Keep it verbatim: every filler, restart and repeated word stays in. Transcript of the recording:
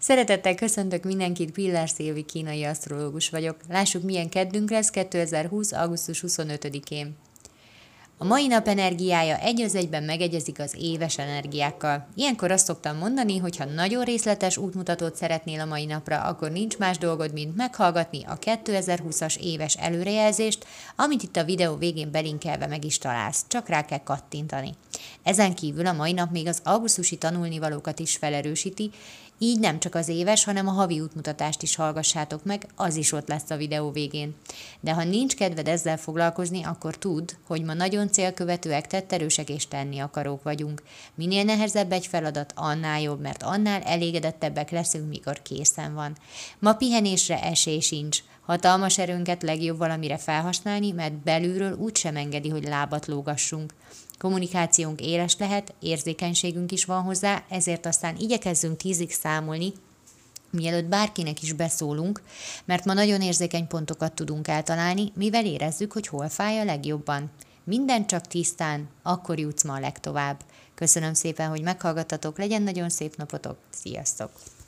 Szeretettel köszöntök mindenkit, Pillár Szilvi kínai asztrológus vagyok. Lássuk, milyen keddünk lesz kétezer-húsz. augusztus huszonötödikén. A mai nap energiája egy az egyben megegyezik az éves energiákkal. Ilyenkor azt szoktam mondani, hogy ha nagyon részletes útmutatót szeretnél a mai napra, akkor nincs más dolgod, mint meghallgatni a kétezer-húszas éves előrejelzést, amit itt a videó végén belinkelve meg is találsz, csak rá kell kattintani. Ezen kívül a mai nap még az augusztusi tanulnivalókat is felerősíti, így nem csak az éves, hanem a havi útmutatást is hallgassátok meg, az is ott lesz a videó végén. De ha nincs kedved ezzel foglalkozni, akkor tudd, hogy ma nagyon célkövetőek, tetterősek és tenni akarók vagyunk. Minél nehezebb egy feladat, annál jobb, mert annál elégedettebbek leszünk, mikor készen van. Ma pihenésre esély sincs. Hatalmas erőnket legjobb valamire felhasználni, mert belülről úgysem engedi, hogy lábat lógassunk. Kommunikációnk éles lehet, érzékenységünk is van hozzá, ezért aztán igyekezzünk tízig számolni, mielőtt bárkinek is beszólunk, mert ma nagyon érzékeny pontokat tudunk eltalálni, mivel érezzük, hogy hol fáj a legjobban. Minden csak tisztán, akkor jutsz ma a legtovább. Köszönöm szépen, hogy meghallgattatok, legyen nagyon szép napotok, sziasztok!